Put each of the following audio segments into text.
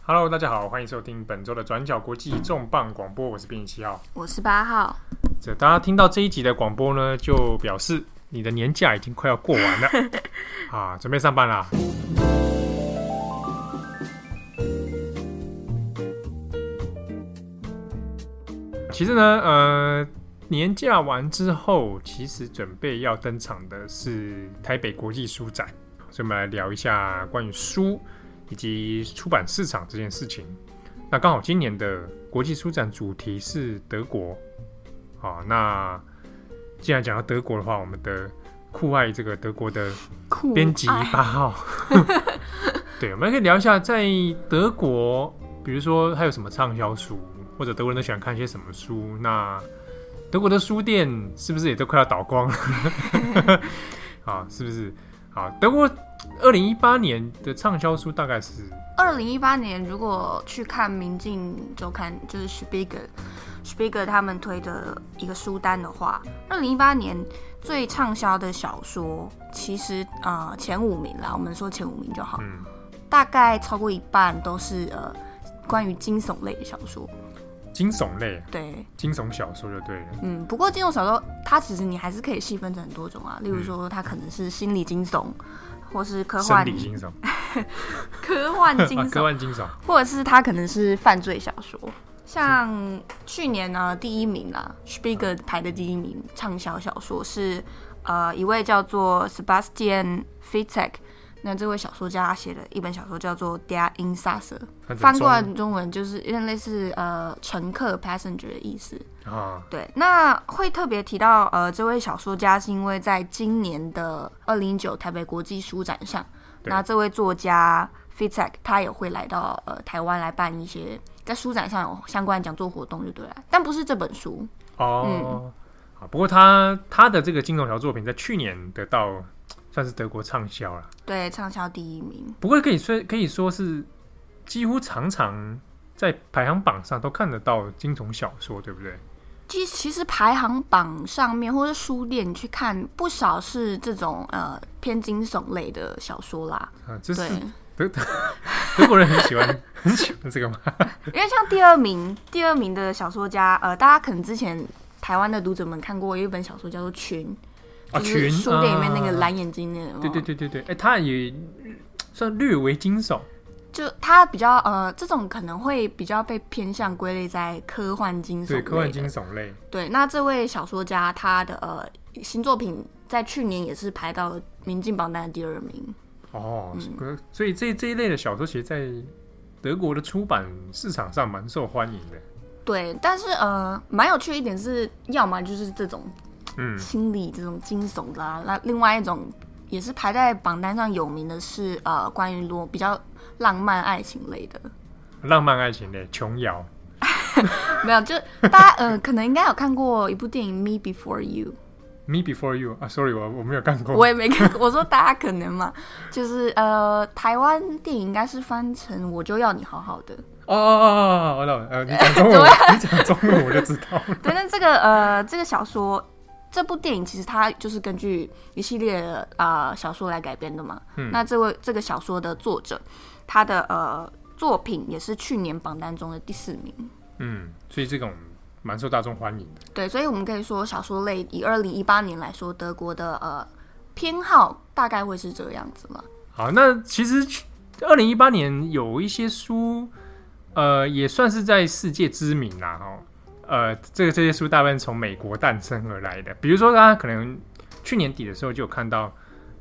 Hello， 大家好，欢迎收听本周的转角国际重磅广播，我是编辑7号， 我是8号。 大家听到这一集的广播呢，就表示你的年假已经快要过完了啊，准备上班啦。其实呢，年假完之后，其实准备要登场的是台北国际书展，所以我们来聊一下关于书以及出版市场这件事情。那刚好今年的国际书展主题是德国，好，那既然讲到德国的话，我们的酷爱这个德国的编辑8号，对，我们可以聊一下在德国，比如说还有什么畅销书，或者德国人都喜欢看些什么书。那德国的书店是不是也都快要倒光了？啊，是不是？好，德国2018年的畅销书大概是 2018年，如果去看《明镜周刊》，就是 Spiegel 他们推的一个书单的话，2018年最畅销的小说，其实前5名啦，我们说前5名就好，大概超过一半都是关于惊悚类的小说。 惊悚类， 对， 惊悚小说就对了。 不过惊悚小说它其实你还是可以细分成很多种啊，例如说它可能是心理惊悚，或是科幻生理惊悚， 科幻惊悚， 科幻惊悚， 或者是它可能是犯罪小说。像去年呢，第1名啦 ，Spiegel 排的第1名畅销小说是一位叫做 Sebastian Fitzek。那这位小说家写的一本小说叫做《Der Insasse》，翻过来中文就是有点类似乘客 passenger 的意思。对，那会特别提到这位小说家，是因为在今年的2019台北国际书展上，那这位作家 Fitzek 他也会来到台湾来办一些在书展上有相关的讲座活动，就对了，但不是这本书哦。不过他的这个惊悚小作品在去年得到算是德国畅销了，对， 畅销第1名。 不过可以说是几乎常常在排行榜上都看得到惊悚小说，对不对？ 其实排行榜上面或者书店你去看，不少是这种偏惊悚类的小说啦。 这是德国人很喜欢这个吗？ 因为像第二名的小说家，大家可能之前台湾的读者们看过有一本小说叫做《群》。就是书店里面那个蓝眼睛那个， 对，他也算略为惊悚， 就他比较这种可能会比较被偏向归类在科幻惊悚类的， 对，科幻惊悚类。对， 那这位小说家他的新作品在去年也是排到了明镜榜单的第2名。 所以这一类的小说，其实在德国的出版市场上蛮受欢迎的。 对，但是蛮有趣的一点是，要么就是这种。心理这种惊悚的那另外一种也是排在榜单上有名的是关于比较浪漫爱情类的。 浪漫爱情类，琼瑶。 没有，就大家可能应该有看过一部电影《Me Before You》。 Me Before You 啊 ，sorry， 我没有看过， 我也没看过。我说大家可能嘛，就是台湾电影应该是翻成《我就要你好好的》。 我懂了。你讲中文，你讲中文我就知道了。 对，那这个小说。这部电影其实它就是根据一系列的小说来改编的嘛。那这个小说的作者，他的作品也是去年榜单中的第4名。 所以这种蛮受大众欢迎的。 对，所以我们可以说小说类以2018年来说，德国的偏好大概会是这样子嘛。 好，那其实2018年有一些书，也算是在世界知名啦，这些书大部分从美国诞生而来的。比如说，大家可能去年底的时候就有看到，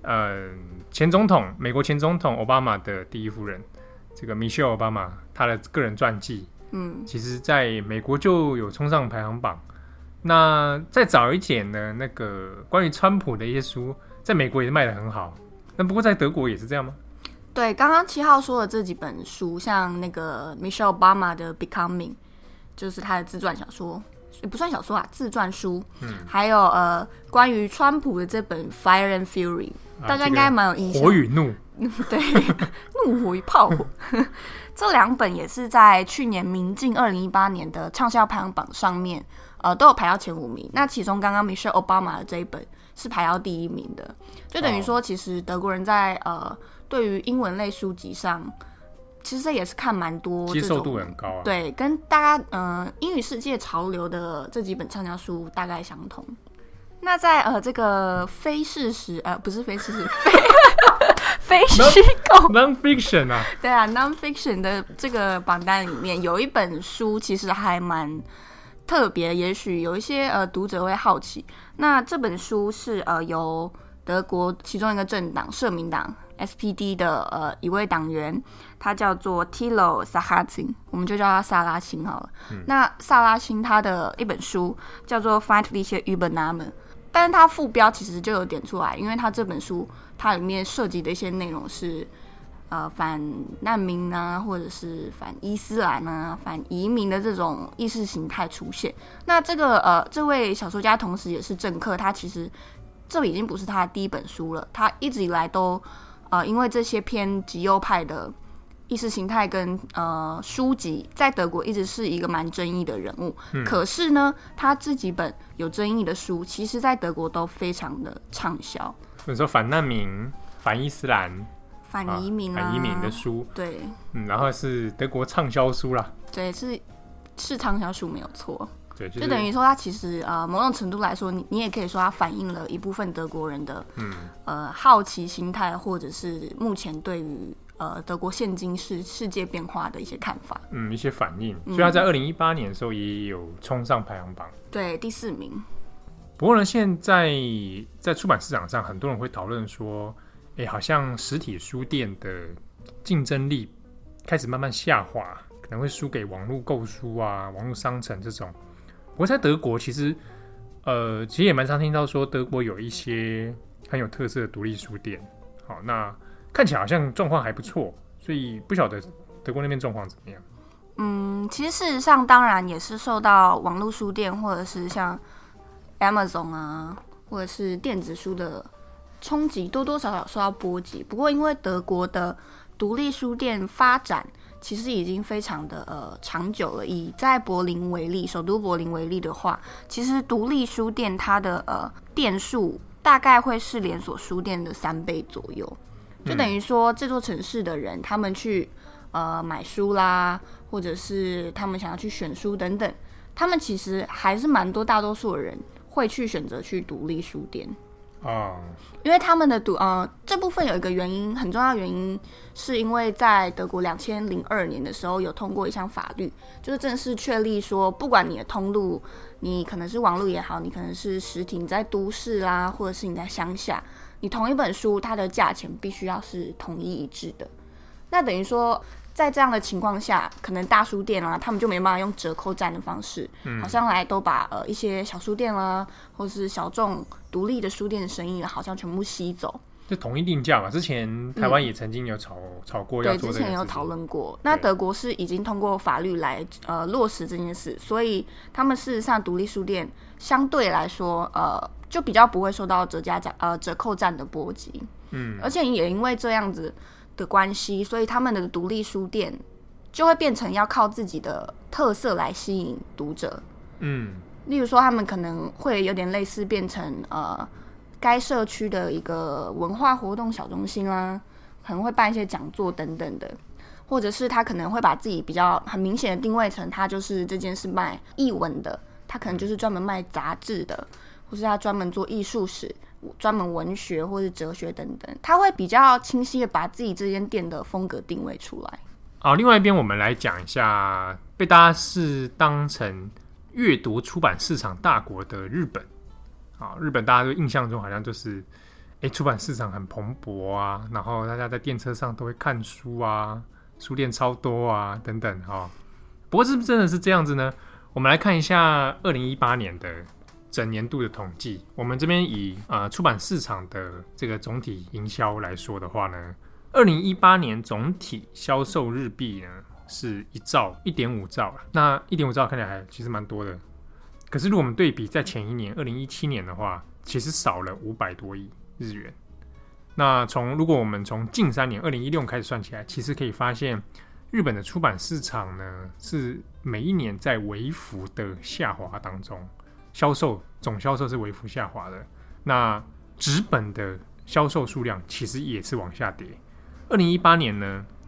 美国前总统奥巴马的第1夫人，这个 Michelle 奥巴马，她的个人传记，其实在美国就有冲上排行榜。那再早一点呢，那个关于川普的一些书，在美国也卖得很好。那不过在德国也是这样吗？ 对，刚刚7号说的这几本书，像那个 Michelle 奥巴马的 Becoming。就是他的自传小说，也不算小说啊，自传书。还有关于川普的这本 Fire and Fury，大家应该蛮有印象。 火与怒， 对，怒火与炮火。这2本也是在去年明镜2018年的畅销排行榜上面，都有排到前5名。那其中刚刚 Michelle 奥巴马的这一本是排到第1名的，就等于说，其实德国人在对于英文类书籍上其实这也是看蛮多接受度很高啊。 对，跟大家英语世界潮流的这几本畅销书大概相同。那在这个非事实不是非事实非虚构 non-fiction 啊， 对啊 non-fiction 的这个榜单里面有一本书其实还蛮特别，也许有一些读者会好奇。那这本书是由德国其中一个政党社民党 SPD 的一位党员，他叫做 Thilo Sarrazin， 我们就叫他萨拉辛好了。那萨拉辛他的一本书叫做 Feindliche Übernahme， 但是他副标其实就有点出来，因为他这本书它里面涉及的一些内容是反难民啊，或者是反伊斯兰啊、反移民的这种意识形态出现。那这位小说家同时也是政客，他其实这已经不是他的第一本书了，他一直以来都因为这些偏极右派的意识形态跟书籍，在德国一直是一个蛮争议的人物。可是呢，他这几本有争议的书，其实在德国都非常的畅销。 你说反难民、反伊斯兰、 反移民反移民的书， 对， 然后是德国畅销书啦， 对，是畅销书没有错。 对， 就等于说，它其实某种程度来说，你也可以说它反映了一部分德国人的好奇心态，或者是目前对于德国现今世界变化的一些看法， 一些反应。所以他在2018年的时候也有冲上排行榜， 对，第4名。 不过呢，现在在出版市场上，很多人会讨论说，好像实体书店的竞争力开始慢慢下滑，可能会输给网络购书啊、网络商城这种。不过在德国，其实也蛮常听到说，德国有一些很有特色的独立书店。好，那看起来好像状况还不错，所以不晓得德国那边状况怎么样。 其实事实上，当然也是受到网络书店或者是像 Amazon 啊，或者是电子书的冲击，多多少少受到波及。不过，因为德国的独立书店发展其实已经非常的长久了。以在柏林为例，首都柏林为例的话，其实独立书店它的店数大概会是连锁书店的3倍左右，就等于说这座城市的人他们去买书啦，或者是他们想要去选书等等，他们其实还是蛮多大多数的人会去选择去独立书店。因为他们的这部分有一个原因，很重要的原因，是因为在德国2002年的时候有通过一项法律，就是正式确立说，不管你的通路，你可能是网络也好，你可能是实体，你在都市啦，或者是你在乡下，你同一本书它的价钱必须要是统一一致的。那等于说，在这样的情况下，可能大书店啊，他们就没办法用折扣战的方式，好像来都把一些小书店啦，或是小众独立的书店的生意，好像全部吸走。 就统一定价嘛，之前台湾也曾经有吵过要做这件事情， 对，之前有讨论过。那德国是已经通过法律来落实这件事，所以他们事实上独立书店相对来说就比较不会受到折扣战的波及。而且也因为这样子的关系，所以他们的独立书店就会变成要靠自己的特色来吸引读者。例如说他们可能会有点类似变成该社区的一个文化活动小中心啦，可能会办一些讲座等等的，或者是他可能会把自己比较很明显的定位成他就是这件事卖艺文的，他可能就是专门卖杂志的，或是他专门做艺术史、专门文学或是哲学等等，他会比较清晰的把自己这间店的风格定位出来。 好，另外一边我们来讲一下被大家是当成阅读出版市场大国的日本。日本大家都印象中好像就是出版市场很蓬勃啊，然后大家在电车上都会看书啊，书店超多啊等等。不过是不是真的是这样子呢？我们来看一下2018年的整年度的统计。我们这边以出版市场的这个总体营销来说的话呢，2018年总体销售日币呢是1.5兆了。那1.5兆看起来还其实蛮多的，可是如果我们对比在前一年2017年的话，其实少了500多亿日元。那如果我们从近3年2016开始算起来，其实可以发现日本的出版市场呢是每一年在微幅的下滑当中，总销售是微幅下滑的。那纸本的销售数量其实也是往下跌。2018年呢，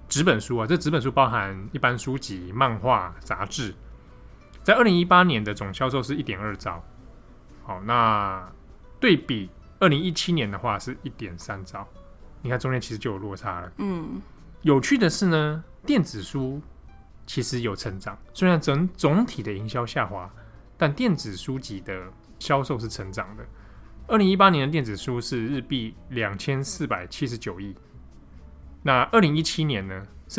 纸本书啊，这纸本书包含一般书籍、漫画、杂志，在2018年的总销售是 1.2 兆。好，那对比2017年的话是 1.3 兆，你看中间其实就有落差了。有趣的是呢，电子书其实有成长，虽然总体的营销下滑，但电子书籍的销售是成长的。2018年的电子书是日币2479亿，那2017年呢是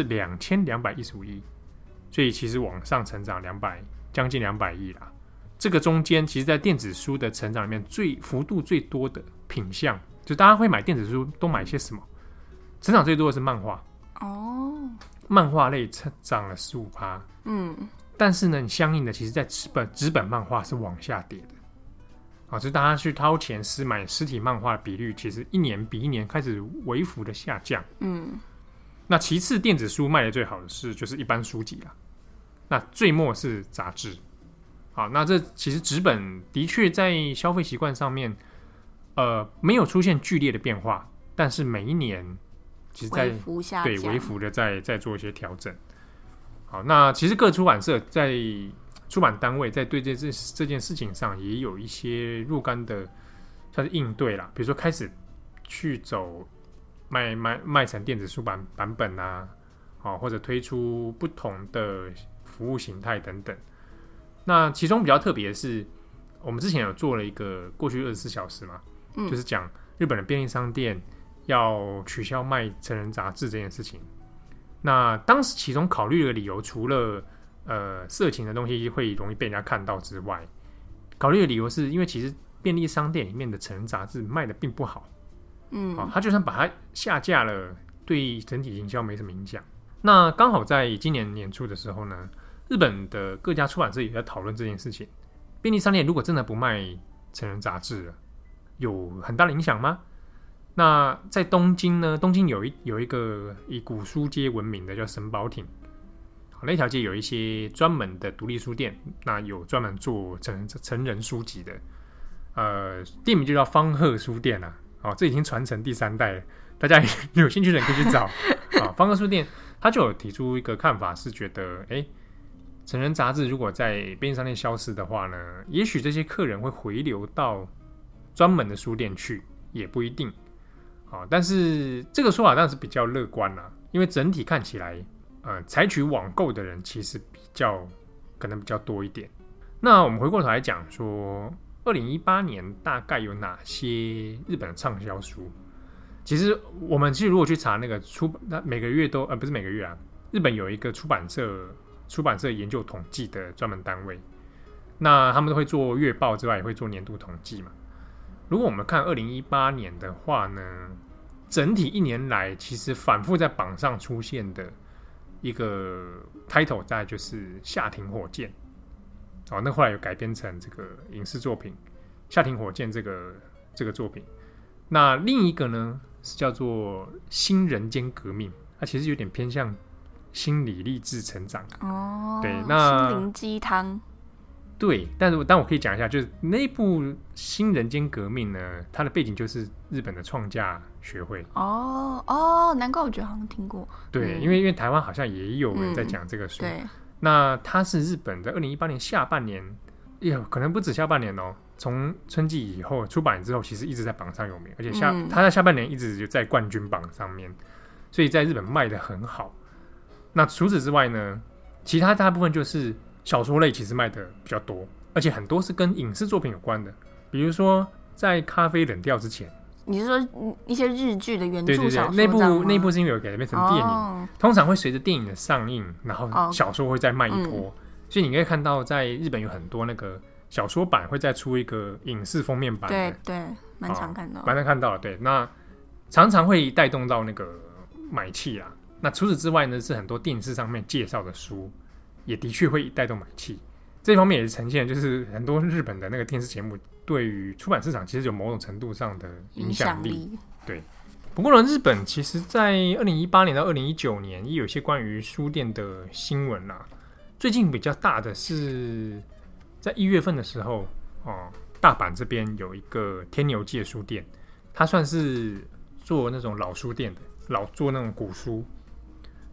2215亿，所以其实往上成长将近200亿啦。这个中间其实在电子书的成长里面幅度最多的品项，就大家会买电子书都买些什么？成长最多的是漫画漫画类涨了 15%。但是呢，你相应的其实在纸本漫画是往下跌的。就是大家去掏钱买实体漫画的比率，其实一年比一年开始微幅的下降。那其次电子书卖的最好的就是一般书籍啦，那最末是杂志。好，那这其实纸本的确在消费习惯上面，没有出现剧烈的变化，但是每一年其实在微幅的在做一些调整。好，那其实各出版社在出版单位在对这件事情上也有一些若干的算是应对啦，比如说开始去走卖成电子书版本啊，或者推出不同的服务形态等等。那其中比较特别的是，我们之前有做了一个过去24小时嘛，就是讲日本的便利商店要取消卖成人杂志这件事情。那当时其中考虑的理由，除了色情的东西会容易被人家看到之外，考虑的理由是因为其实便利商店里面的成人杂志卖的并不好。他就算把它下架了，对整体营销没什么影响。那刚好在今年年初的时候呢，日本的各家出版社也在讨论这件事情。便利商店如果真的不卖成人杂志了，有很大的影响吗？那在东京呢，东京有一个以古书街闻名的叫神保町，那条街有一些专门的独立书店，那有专门做成人书籍的，店名就叫方鹤书店啊。这已经传承第3代了，大家有兴趣的人可以去找。方鹤书店他就有提出一个看法，是觉得成人杂志如果在便利商店消失的话呢，也许这些客人会回流到专门的书店去，也不一定。但是这个说法当然是比较乐观啦，因为整体看起来，采取网购的人其实可能比较多一点。那我们回过头来讲说，2018年大概有哪些日本的畅销书？其实我们如果去查那个每个月都不是每个月啊，日本有一个出版社研究统计的专门单位，那他们都会做月报之外，也会做年度统计嘛。如果我们看2018年的话呢，整体一年来其实反复在榜上出现的一个 title 大概就是《夏庭火箭》。那后来有改编成这个影视作品《夏庭火箭》这个作品。那另一个呢是叫做《新人间革命》，它其实有点偏向心理励志成长。对，那心灵鸡汤。 对，但我可以讲一下，就是那部《新人间革命》呢，它的背景就是日本的创价学会。 难怪我觉得好像听过。 对，因为台湾好像也有人在讲这个书。 对。 那它是日本在2018年下半年，可能不止下半年哦，从春季以后出版之后，其实一直在榜上有名，而且它在下半年一直就在冠军榜上面，所以在日本卖得很好。那除此之外呢，其他大部分就是小说类，其实卖的比较多，而且很多是跟影视作品有关的，比如说在咖啡冷掉之前。 你是说一些日剧的原著小说？ 对，那部是因为有改编成电影，通常会随着电影的上映，然后小说会再卖一波，所以你可以看到在日本有很多那个小说版会再出一个影视封面版的。 对，蛮常看到， 蛮常看到的。对，那常常会带动到那个买气啦。那除此之外呢，是很多电视上面介绍的书，也的确会带动买气。这方面也是呈现，就是很多日本的那个电视节目对于出版市场其实有某种程度上的影响力。对，不过呢，日本其实在2018年到2019年也有一些关于书店的新闻啦。最近比较大的是在1月份的时候，大阪这边有一个天牛界书店，它算是做那种老书店的，做那种古书。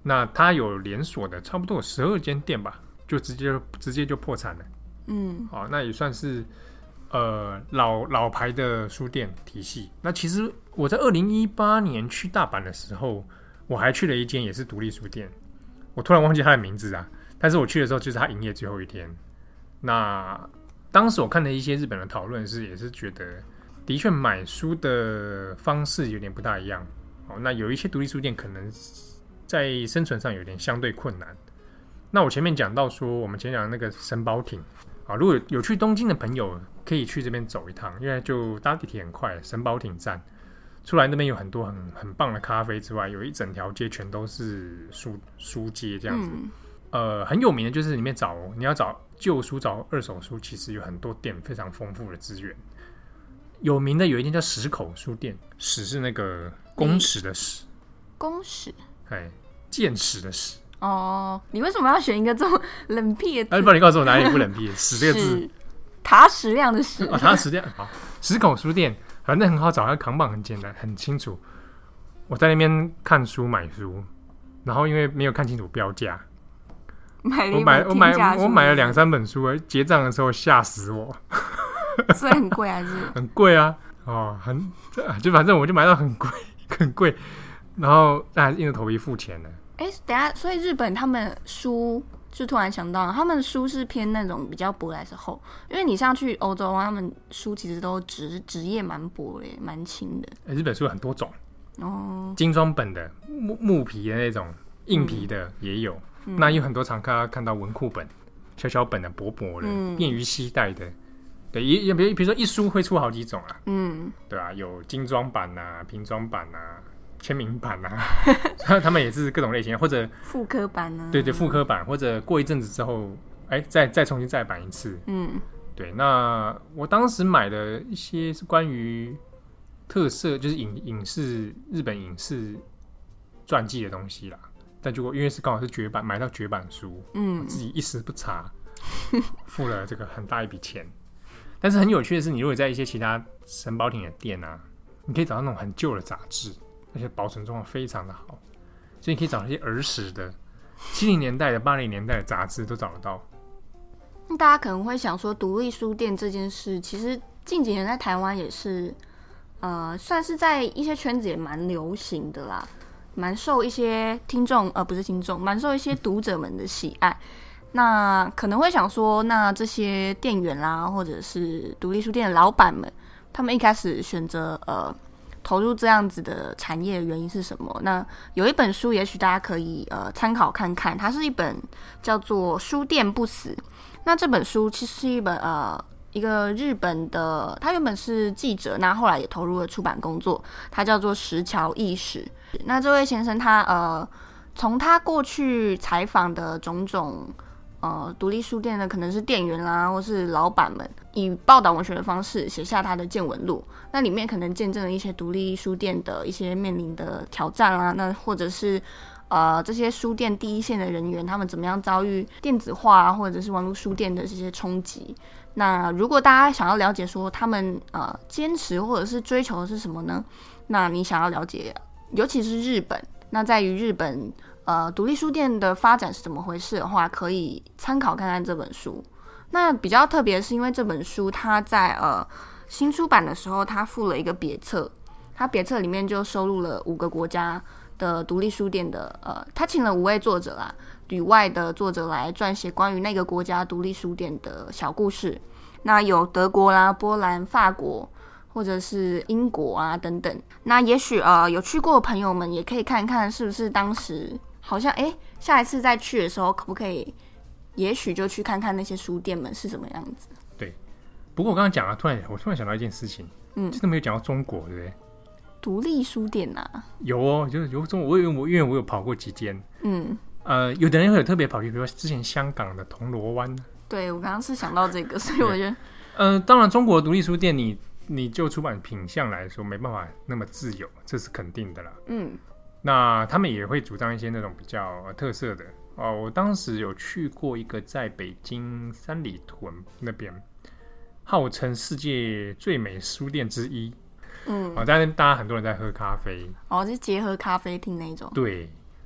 那它有连锁的，差不多有12间店吧，就直接就破产了。那也算是老牌的书店体系。那其实我在2018年去大阪的时候，我还去了一间也是独立书店，我突然忘记它的名字啊。但是我去的时候就是它营业最后一天。那当时我看了一些日本的讨论也是觉得，的确买书的方式有点不大一样。那有一些独立书店可能在生存上有点相对困难。那我前面讲到说，我们前讲那个神保町如果有去东京的朋友，可以去这边走一趟，因为就搭地铁很快，神保町站出来那边有很多很棒的咖啡之外，有一整条街全都是书街这样子。很有名的就是里面你要找旧书、找二手书，其实有很多店非常丰富的资源。有名的有一间叫石口书店，石是那个公石的石， 公石， 见识的石。 你为什么要选一个这种冷僻的字？ 不然你告诉我哪里不冷僻？石这个字， 塔矢亮的石。 塔矢亮。好，石口书店，反正很好找，它扛棒很简单，很清楚。我在那边看书买书，然后因为没有看清楚标价，我买了2-3本书，结账的时候吓死我。 所以很贵还是？ 很贵啊！就反正我就买到很贵，然后还是硬着头皮付钱了。 等一下，所以日本他们书就突然想到，他们书是偏那种比较薄还是厚？因为你上去欧洲他们书其实都纸页蛮薄的，蛮轻的。 日本书有很多种精装本的、木皮的那种，硬皮的也有。那有很多常看到文库本、小本的、薄薄的，便于携带的。对，比如说一书会出好几种啊。对啊，有精装版啊、平装版啊、签名版啊，他们也是各种类型，或者复刻版啊。 对，复刻版，或者过一阵子之后，再重新再版一次。对。那我当时买的一些是关于特色，就是日本影视传记的东西啦。但结果因为是刚好是绝版，买到绝版书，我自己一时不察，付了这个很大一笔钱。但是很有趣的是，你如果在一些其他神保町的店啊，你可以找到那种很旧的杂志，而且保存状况非常的好，所以你可以找一些儿时的70年代的、80年代的杂志都找得到。 大家可能会想说，独立书店这件事，其实近几年在台湾也是，算是在一些圈子也蛮流行的啦，蛮受一些蛮受一些读者们的喜爱。那可能会想说，那这些店员啦，或者是独立书店的老板们，他们一开始选择投入这样子的产业的原因是什么？那有一本书，也许大家可以参考看看，它是一本叫做《书店不死》。那这本书其实是一个日本的，他原本是记者，那后来也投入了出版工作，他叫做石桥义史。那这位先生他从他过去采访的种种独立书店的可能是店员啦，或是老板们，以报道文学的方式写下他的见闻录。那里面可能见证了一些独立书店的一些面临的挑战啦，那或者是这些书店第一线的人员，他们怎么样遭遇电子化或者是网络书店的这些冲击。那如果大家想要了解说他们坚持或者是追求的是什么呢？那你想要了解，尤其是日本，那在于日本独立书店的发展是怎么回事的话，可以参考看看这本书。那比较特别的是，因为这本书它在新出版的时候，它附了一个别册，它别册里面就收录了5个国家的独立书店的他请了5位作者啦，旅外的作者来撰写关于那个国家独立书店的小故事。那有德国啦、波兰、法国，或者是英国啊等等。那也许有去过的朋友们也可以看看，是不是当时好像下一次再去的时候，可不可以也许就去看看那些书店们是什么样子。 对，不过我刚刚讲了，我突然想到一件事情，真的没有讲到中国，对不对？ 独立书店啊， 有就是有中国，因为我有跑过几间，有的人会有特别跑去，比如说之前香港的铜锣湾。 对，我刚刚是想到这个，所以我觉得， 当然中国的独立书店你就出版品项来说没办法那么自由，这是肯定的啦。那他们也会主张一些那种比较特色的我当时有去过一个在北京三里屯那边，号称世界最美书店之一。在那边大家很多人在喝咖啡， 是结合咖啡厅那一种。 对，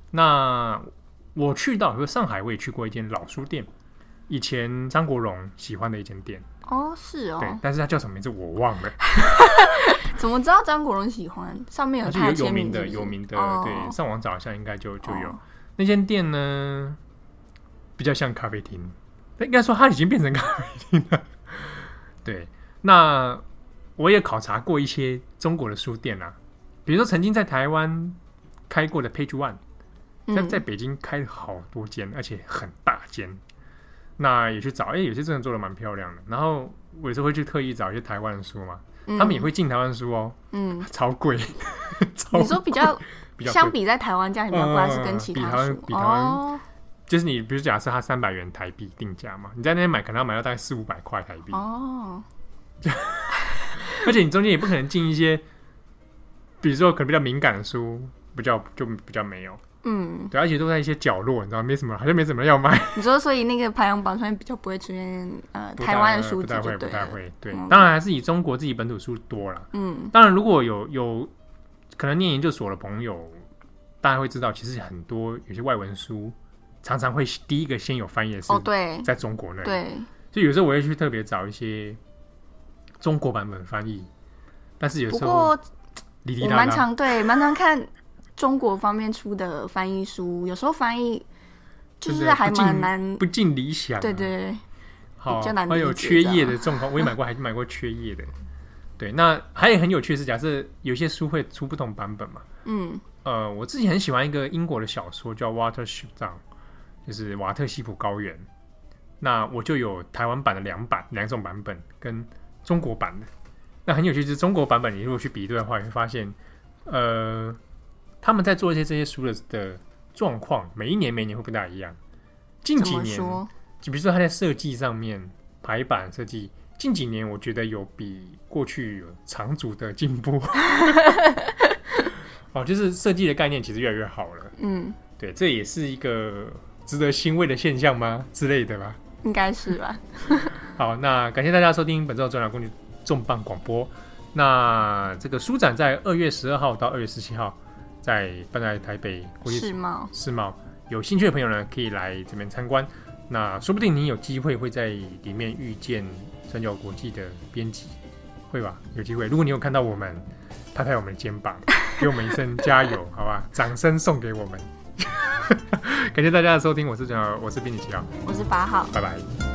那我去到，比如上海，我也去过一间老书店，以前张国荣喜欢的一间店。 哦，是哦。 对，但是他叫什么名字我忘了。 怎么知道张国荣喜欢？上面有他的签名是不是？ 有名的，对，上网找一下应该就有。那间店呢，比较像咖啡厅，应该说它已经变成咖啡厅了。对，那我也考察过一些中国的书店啊，比如说曾经在台湾开过的 Page One，在北京开了好多间，而且很大间。那也去找，有些真的做的蛮漂亮的。然后我有时候会去特意找一些台湾的书嘛，他们也会进台湾书哦，超贵。 你说比较相比在台湾价钱比较贵，还是跟其他书？ 比台湾就是你比如假设它300元台币定价嘛，你在那边买可能要买到大概400-500块台币哦。而且你中间也不可能进一些，比如说可能比较敏感的书，比较没有。对，而且都在一些角落，你知道，好像没什么人要买。你说，所以那个排行榜上面比较不会出现台湾的书籍， 不太会。对，当然还是以中国自己本土书多啦。当然如果有可能念研究所的朋友，大家会知道，其实很多有些外文书常常会第一个先有翻译的是在中国那里。对，所以有时候我会去特别找一些中国版本翻译，但是有时候我蛮常看中国方面出的翻译书，有时候翻译就是还蛮难， 不尽理想。 对，比较难理解。 还有缺页的状况，我也买过，还买过缺页的。对，那还有很有趣的是，假设有些书会出不同版本嘛。我之前很喜欢一个英国的小说叫《Watership Down》，就是瓦特西普高原。那我就有台湾版的两种版本跟中国版的。那很有趣，就是中国版本，你如果去比对的话，你会发现，他们在做这些书的状况，每一年会不大一样。近几年，就比如说他在设计上面，排版设计，近几年我觉得有比过去有长足的进步。就是设计的概念其实越来越好了。对，这也是一个值得欣慰的现象吗？之类的吧？ 应该是吧。 好，那感谢大家收听本周的中南工具重磅广播。那这个书展在2月12号到2月17号。办在台北国际世贸，有兴趣的朋友呢，可以来这边参观。那说不定你有机会会在里面遇见三角国际的编辑，会吧？有机会。如果你有看到我们，拍拍我们的肩膀，给我们一声加油，好吧？掌声送给我们。感谢大家的收听，我是编辑7号， 我是8号， 拜拜。